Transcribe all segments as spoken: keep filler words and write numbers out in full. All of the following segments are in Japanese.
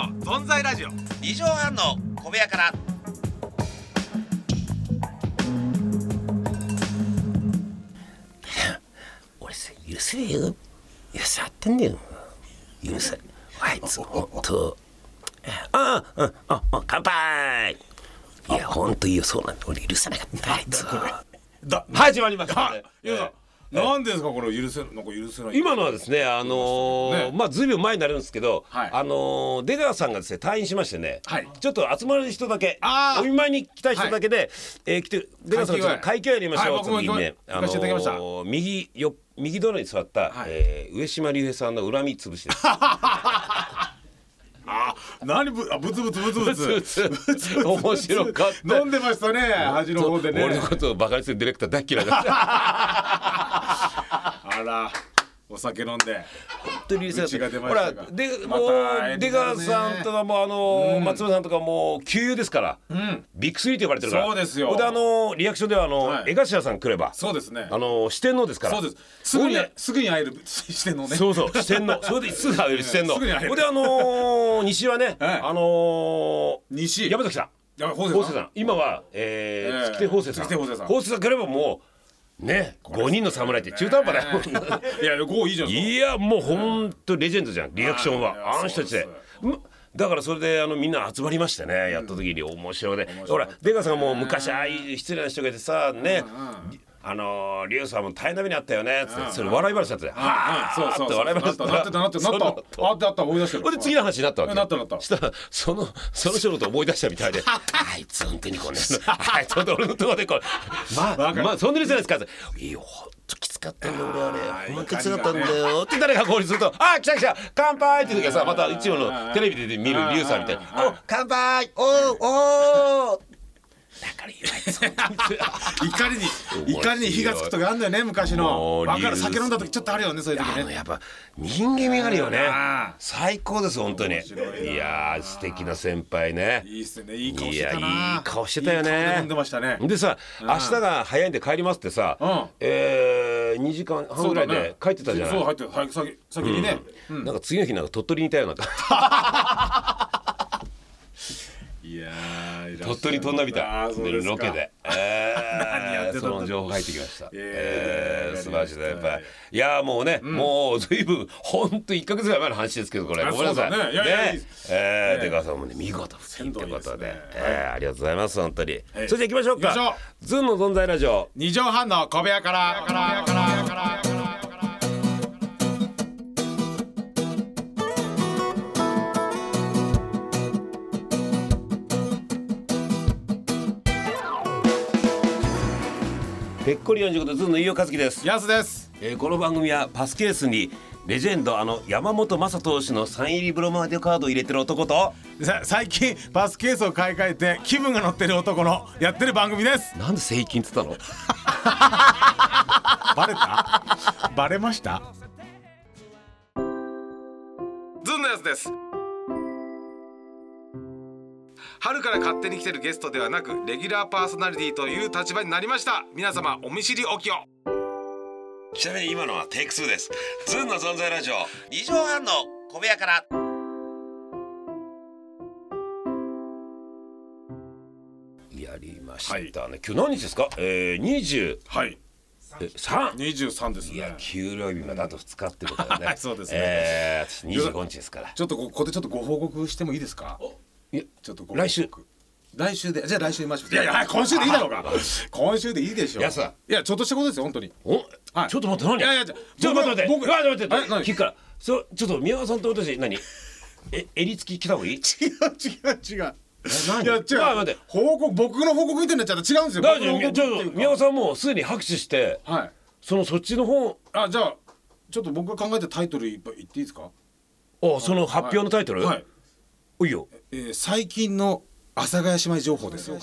の存在ラジオ二畳半の小部屋から。俺さ許せよ、許せあってんだよ、許せあいつほんと。ああああ乾杯。いやほんといいよ、そうなんだ、俺許せなかったあいつは。 だ始まりましたね。 いやなんですかこれ許せなんか許せない。 今のはですね、あのーね、まあずいぶん前になるんですけど、はい、あのー、出川さんがですね退院しましてね、はい、ちょっと集まる人だけ、お見舞いに来た人だけで、はい、えー、来て出川さんがちょっと会計やりましょうって時にね、あのー、右よ右隣に座った、はい、えー、上島竜兵さんの恨み潰しです。 あ、何ぶあブツブツブツブツ面白かった。 飲んでましたね、端の方でね。 俺のことをバカにするディレクター大嫌いだった。 あら、お酒飲んで本当にうちが出ましたが、ほらでまもう出川さんとかもあの、うん、松村さんとかも旧友ですから、うん、ビッグスリーと呼ばれてるから。 そうですよ。 であのリアクションではあの、はい、江頭さん来れば、 そうですね、 あの四天王ですから。 そうです。すぐにすぐに会える四天王ね。 そうそう四天王。それですぐ会える四天王。であのー、西はね、はい、あのー、 西山崎さん、法政さん、今は、えー、月手法政さん、法政さん来ればもうね、ごにんの侍って中途半端だよ。 いやごいいじゃん。 いやもうほんとレジェンドじゃん、リアクションはあの人たちで。だからそれであのみんな集まりましてね、やった時に面白いで、ほら出川さんがもう昔ああいう失礼な人がいてさね、あのリュウさんも大変な目にあったよねっつって、それ笑い話だったよ。はあ、そうそうって笑い話だった。 なってたなってたなった。あってあった思い出してる。 で次の話になったわけ。 なったなった。 したらそのその人のこと思い出したみたいで、あいつ本当にこんなあいつ本当俺のところでこうまあまあそんなにじゃないですか。いやほんときつかったんだよ俺あれ。ほんときつかったんだよって誰が合流すると、あ来た来た乾杯っていう時はさ、また一応のテレビで見るリュウさんみたいな、お乾杯おお。だから怒りに怒りに火がつく時あるんだよね、昔の。分かる、酒飲んだ時ちょっとあるよね、そういう時ね。 やっぱ人間味があるよね。最高です本当に。いやー素敵な先輩ね。 いいっすね、いい顔してたな。 いい顔してたよね。 飲んでましたね。 でさ、明日が早いんで帰りますってさ、えにじかんはんぐらいで帰ってたじゃない。 そう入ってた先先にね。 なんか次の日なんか鳥取にいたような。 いや鳥取に飛んだみたいロケで、えー、その情報入ってきました。えー、素晴らしいですやっぱり。いやーもうね、うん、もう随分ほんといっかげつぐらい前の話ですけど、これごめんなさいね。えー、出川さんもね見事復帰ということで、えー、ありがとうございます本当に。それじゃ行きましょうか。ズンの存在ラジオ二畳半の小部屋から。 ぺっこりよんじゅうごどズンの飯尾和樹です。 ヤスです。 えー、この番組はパスケースにレジェンドあの山本昌投手のサイン入りブロマーディカードを入れてる男と、 最近パスケースを買い替えて気分が乗ってる男のやってる番組です。 なんで正規って言ったの？ バレた？バレました？ズンのやつです。春から勝手に来てるゲストではなくレギュラーパーソナリティという立場になりました。皆様お見知りおきを。 ちなみに今のはテイクツーです。ズンの存在ラジオに畳半の小部屋から。やりましたね、はい、今日何日ですか？えー、にじゅう、 はい、 さんにじゅうさんですね。 いや給料日まであとふつかってことだね。 そうですね、 えー、私にじゅうごにちですから。 ちょっとここでちょっとご報告してもいいですか？ いやちょっと来週来週で、じゃあ来週言いましょう。いやいや今週でいいだろうか。今週でいいでしょ。 いやさ、 いやちょっとしたことですよ本当に。 お、はい、ちょっと待って何？いやいやちょっと待って待って僕待って待って聞くから。そうちょっと宮川さんと私何？え襟付き着た方がいい？違う違う違う。 何？いや違う。待って報告僕の報告みたいになっちゃったら違うんですよ。だからちょっと宮川さんもすでに拍手して、はい。そのそっちの方。 あじゃあちょっと僕が考えたタイトルいっぱい言っていいですか？ おその発表のタイトル？はい。おいよ。 えー、最近の阿佐ヶ谷姉妹情報ですよ。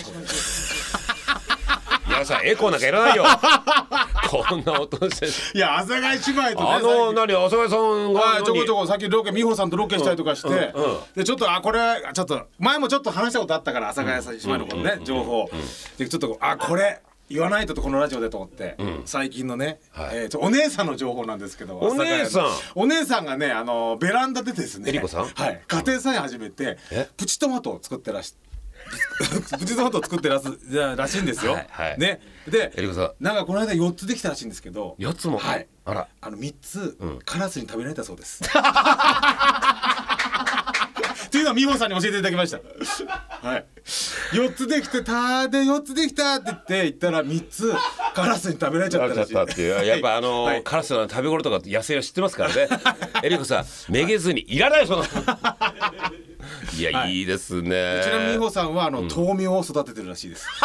いやさエコーなんかいらないよ。こんな音して。 いや阿佐ヶ谷姉妹とね。 あの何阿佐ヶ谷さんがちょこちょこさっきロケ美穂さんとロケしたりとかして、うんうんうん、でちょっとあこれちょっと前もちょっと話したことあったから阿佐ヶ谷姉妹のことね情報でちょっとあこれ言わないとこのラジオでと思って、うん、最近のね、はい、えー、ちょお姉さんの情報なんですけど、 お姉さんお姉さんがね、あのベランダでですね、 えりこさん、 はい、家庭菜園始めて、うん、プチトマトを作ってらしプチトマトを作ってらすじゃらしいんですよ、はいはい、ね、でえりこさんなんかこの間よっつできたらしいんですけど、 よっつも、 はい、 あら、 あのみっつ、うん、カラスに食べられたそうですっていうのは美穂さんに教えていただきましたはい、よっつできてたでよっつできたって言って言ったらみっつカラスに食べられちゃったらしいっていう、やっぱあのーはい、カラスの食べ頃とか野生を知ってますからねえりこさんめげずにいらないそのいや、はい、いいですね。 ちなみに美穂さんはあの、うん、豆苗を育ててるらしいです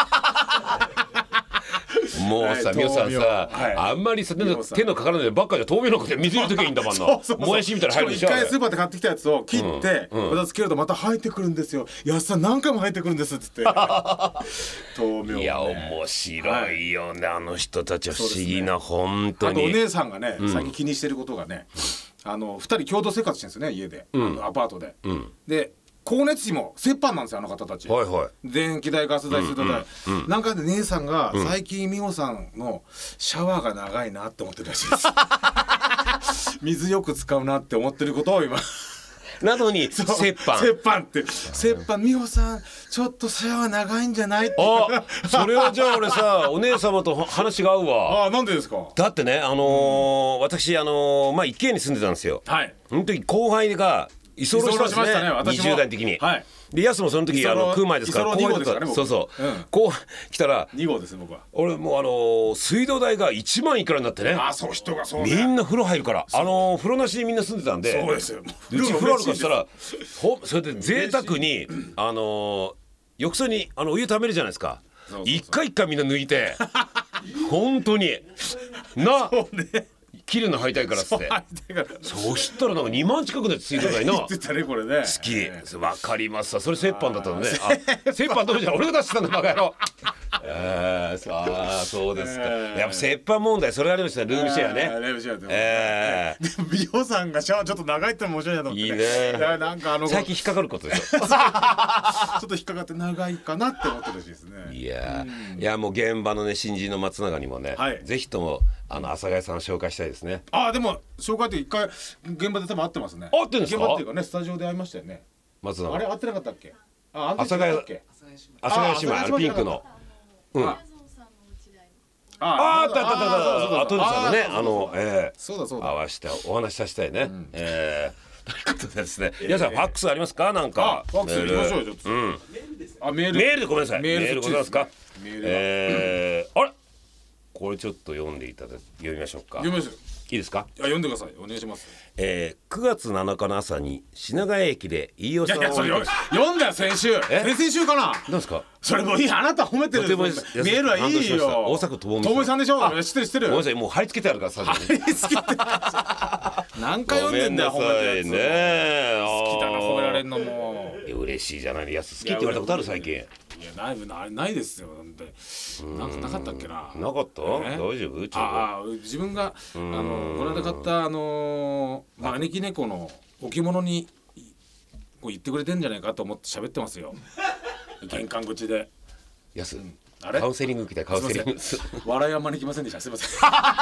もうさ、美穂さんさ、はい、あんまりさ手のかからないでばっかじゃ豆苗の子で水入れときゃいいんだもんなそうそうそう、もやしみたいな入るでしょ。一回スーパーで買ってきたやつを切って、うんうん、またつけるとまた生えてくるんですよ。安さん何回も生えてくるんですっつって豆苗、ね、 いや面白いよね、はい、あの人たちは不思議な、ね、本当に。 あとお姉さんがね、うん、最近気にしてることがね、あのふたり共同生活してるんですよね、家で、うん、あのアパートで、うん、で光熱費も折半なんですよ、あの方たち、はいはい、電気代、ガス代、水道代、うんうんうん、なんかで姉さんが最近美穂さんのシャワーが長いなって思ってるらしいです水よく使うなって思ってることを今なのに折半折半って折半、美穂さんちょっとシャワー長いんじゃないってあそれはじゃあ俺さお姉様と話が合うわあなんでですか。 だってね、あのーうん、私あのー、まあ一軒家に住んでたんですよ、はい、その時後輩が居候したんですね、にじゅう代の時に、はい、でヤスもその時あの食う前ですから後輩だった、そうそう、うん、こう来たらに号です僕は。 俺もうあのー、水道代がいちまんいくらになってね、 あそう人がそう、ね、 みんな風呂入るから、あのー、風呂なしでみんな住んでたんで、 そうですよ、 うち風呂あるかしたらほそれで贅沢にあのー、浴槽にあのお湯ためるじゃないですか、一回一回みんな抜いて本当になそうね、切るの履いたいからっつって、そうしたらなんかにまん近くで水道代な言ってたねこれね、 好きわかりますわ、それ折半だったのね、あ折半どうじゃ俺が出してたんだバカ野郎えー、さあそうですか、えー、やっぱ折半問題それありましたね、ルームシェアね、 ルームシェアで、えー、でも美穂さんがシャワーちょっと長いって面白いなと思って、 いいね、いやなんかあの最近引っかかることでしょちょっと引っかかって長いかなって思ってるらしいですね。 いや、うん、いやもう現場のね新人の松永にもね、はい、ぜひともあの阿佐ヶ谷さんを紹介したいですね。 あでも紹介って一回現場で多分会ってますね。 会ってんですか。 現場っていうかねスタジオで会いましたよね。 松永あれ会ってなかったっけ。あ阿佐ヶ谷阿佐ヶ谷姉妹あのピンクの。うん。あああったあったあったあとでさんねあのえそうだそうだ合わせてお話しさせたいね。えということでですね。皆さんファックスありますかなんか。 ファックス行きましょうよちょっと。うん。あメールメールでごめんなさい。メールございますか。えあれ。これちょっと読んでいただ読みましょうか。 読みます。 いいですか。 あ読んでください。お願いします。 えー、くがつなのかの朝に品川駅で飯尾さんを。いやいやそれ読んだよ先週。先々週かな。 なんですか。 それもいいあなた褒めてる。メールはいいよ。 大阪ともみともみさんでしょ。知ってる知ってる。 ごめんなさいもう貼り付けてあるからさ。 貼り付けて。何回読んでんだよ褒めてるやつ。 ね好きだな褒められるのも。 嬉しいじゃない。やす好きって言われたことある最近。 いやないないないですよなんてなんかなかったっけな。 なかった？大丈夫？ ああ自分があのこの間買ったあの招き猫の置物にこう言ってくれてんじゃないかと思って喋ってますよ。玄関口で。 やす。あれ？カウンセリング来たカウンセリング。 笑いは招きませんでした。すみません。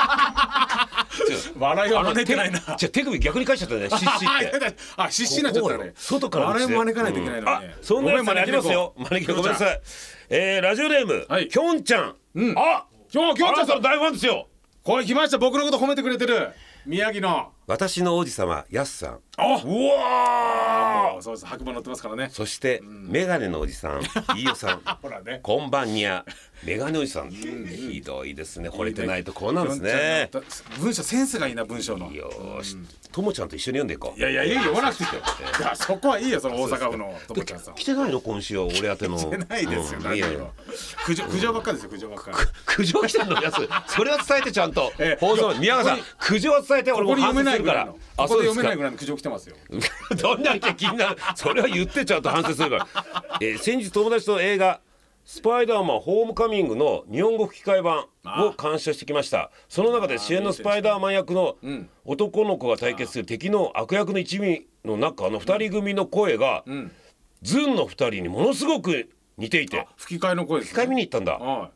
笑いは招けないな。 じゃ手首逆に返しちゃったね。シッシって。 あシッシになっちゃったね。 外から笑いも招かないといけないのに。 そんなやつありますよ。招きごめんなさい。えラジオネームきょんちゃん。あきょんきょんちゃんさん大ファンですよ。 これ来ました。僕のこと褒めてくれてる宮城の私の王子様やすさん。 あうわそうです白馬乗ってますからね。 そしてメガネのおじさん飯尾さんほらねこんばんにゃメガネおじさんひどいですね。惚れてないとこうなんですね。 文章センスがいいな文章の。 よしともちゃんと一緒に読んでいこう。 いやいやいや読まなくていいよ。いやそこはいいよその大阪府のともちゃんさん。 来てないの今週は俺宛ての。 来てないですよ。何よ。苦情苦情ばっかですよ苦情ばっか。 苦情来てんのやつ。それは伝えてちゃんと放送宮川さん苦情は伝えて俺も反省するから。 ここで読めないぐらいの苦情来てますよ。 どんだけ気になる。それは言ってちゃんと反省するから。えー、先日友達と映画スパイダーマンホームカミングの日本語吹き替え版を鑑賞してきました。その中で主演のスパイダーマン役の男の子が対決する敵の悪役の一味の中のふたり組の声が、うん、ズンのふたりにものすごく似ていて吹き替えの声ですね。 吹き替え見に行ったんだ。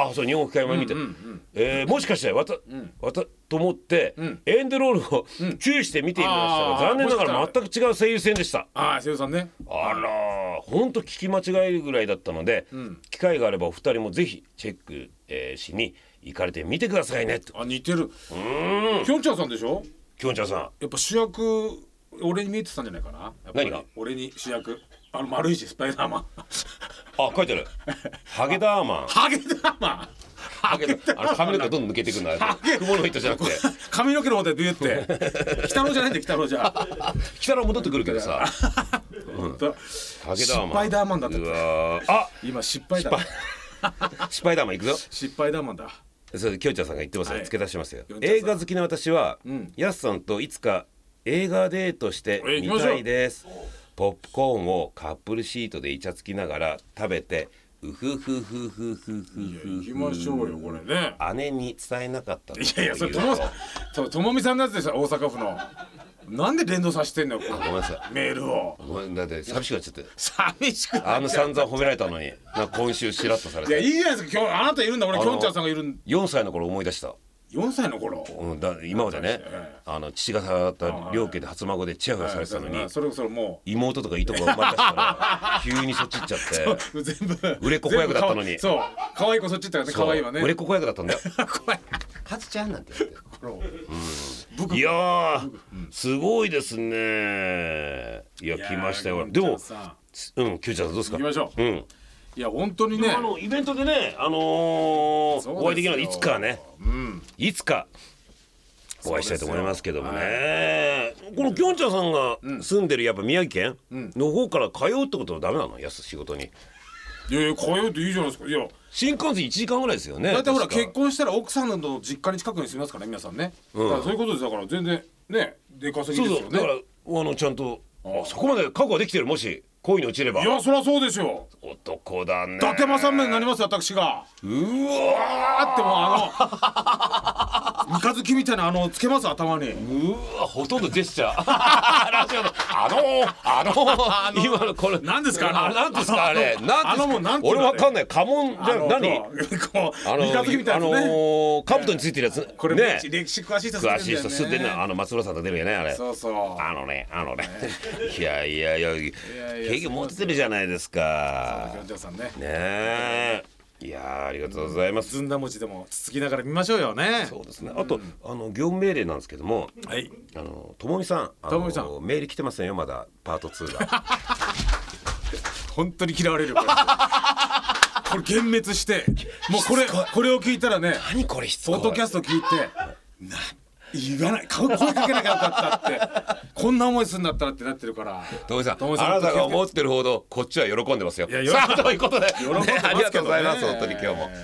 あそう日本吹き替え版見て、うんうんうん、えー、もしかしてわた、うん、わたと思って、うん、エンドロールを注意して見てみましたが、残念ながら全く違う声優戦でした。 ああ声優さんね。 あらほんと聞き間違えるぐらいだったので、うん、機会があればお二人もぜひチェック、えー、しに行かれてみてくださいね。 あ似てる。うんきょんちゃんさんでしょ。 きょんちゃんさんやっぱ主役俺に見えてたんじゃないかな。 何が俺に主役あの丸いしスパイダーマンあ書いてあるハゲダーマンハゲダーマンハゲダーマンあの髪の毛どんどん抜けていくんだ雲の糸じゃなくて髪の毛の方でビュって鬼太郎じゃないんだよ鬼太郎じゃ鬼太郎戻ってくるけどさ、うん、ハゲダーマンスパイダーマンだったって。 あ今失敗だスパイダーマンいくぞ。 失敗ダーマンだ。 それきょんちゃんさんが言ってますよ、はい、付け足してますよ。映画好きな私は、うん、やすさんといつか映画デートしてみたいです。ポップコーンをカップルシートでイチャつきながら食べてうふふふふふふふ行きましょうよこれね。 姉に伝えなかった。 いやいやそれともとともみさんのやつでしょ大阪府の。なんで連動させてんのよこれ。ごめんなさいメールを。 ごめんだって寂しくなっちゃって。 寂しくなっちゃって。 あの散々褒められたのになんか今週しらっとされて。 いやいいじゃないですか今日あなたいるんだ俺きょんちゃんさんがいるん。 よんさいの頃思い出した。 よんさいの頃、 うん、だ今までね、あの父が触った両家で初孫でチヤホヤされてたのに、 それこそもう妹とかいとこが生まれたから急にそっち行っちゃって全部売れっ子子役だったのに。 そう可愛い子そっち行ったからね。可愛いわね。 売れっ子子役だったんだよ怖いカズちゃんなんて言って、うん、いやー、うん、すごいですね。いや来ましたよ。でもうんきゅうちゃんどうですか。 行きましょう。 うんいや本当にねあのイベントでね、あのー、お会いできるのはいつかね、うん、いつかお会いしたいと思いますけどもね、はい、このきょんちゃんさんが住んでるやっぱ宮城県の方から通うってことはダメなの。やす仕事に。 いやいや通うっていいじゃないですか。いや新幹線いちじかんぐらいですよね。 だいたいほら結婚したら奥さんの実家に近くに住みますからね皆さんね、うん、だからそういうことです。だから全然ね出稼ぎですよね。 そうそうだからあのちゃんとあそこまで覚悟できてる。もし恋に落ちれば。 いやそりゃそうですよ。 男だね。 伊達政宗になりますよ私が。 うわーってもうあの三日月みたいなあのつけます頭に。 うわほとんどジェスチャーラジオのあのー、あのー、あのー、今のこれ何ですかあの何ですかあれあのもう何て俺わかんない。家紋じゃ何こう三日月みたいなね。あのー、兜についてるやつこれね歴史詳しい人詳しい人すってんの。あの松村さんと出るよねあれ。 そうそうあのねあのねいやいやいや経験持ってるじゃないですか。ねえいやありがとうございます。 ずんだ餅でもつつきながら見ましょうよね。 そうですね。あと、うん、あの業務命令なんですけども、はい、あのともみさんあのともみさんメール来てませんよまだパートツーが本当に嫌われるこれこれ幻滅してもうこれこれを聞いたらね何これしつこいポッドキャスト聞いてな言わない声かけなきゃよかったってこんな思いするんだったらってなってるから。 ともみさんあなたが思ってるほどこっちは喜んでますよ。いやさあということで、ね、ありがとうございます本当に今日も。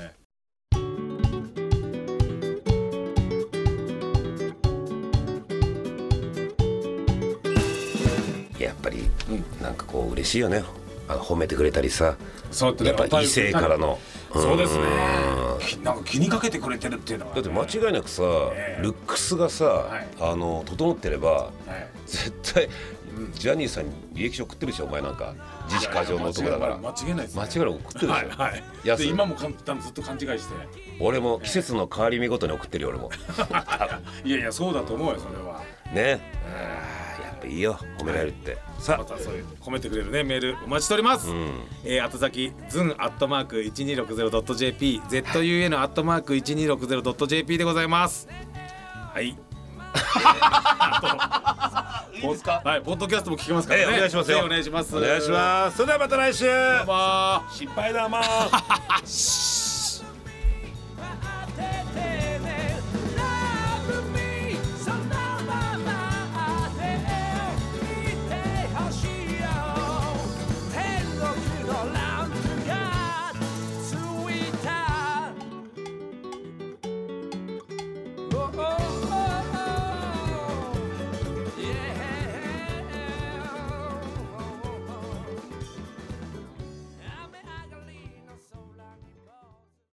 やっぱり、うん、なんかこう嬉しいよね。あの褒めてくれたりさ。 そうってね、 やっぱ異性からの。 そうですね。なんか気にかけてくれてるっていうのは、 ね、だって間違いなくさ、えー、ルックスがさ、はい、あの整ってれば、はい、絶対ジャニーさんに履歴書送ってるでしょお前なんか自治過剰の男だから。 間違いないですね。 間違いなく送ってるでしょ。はいはい、 で今もかんずっと勘違いして。 俺も季節の変わり目ごとに送ってるよ俺もいやいやそうだと思うよそれはね。あやっぱいいよ褒められるって、はい、 さあまたそういう褒めてくれるねメールお待ちしております、うんえー、後先ズンアットマーク いちにーろくゼロドットジェーピー ゼットユーエヌ アットマーク いちにーろくゼロドットジェーピー でございます。はいいいですか。はい、ポッドキャストも聞けますからね。 えー、お願いしますよ。 お願いします。 お願いします。それではまた来週。 どうも失敗だまー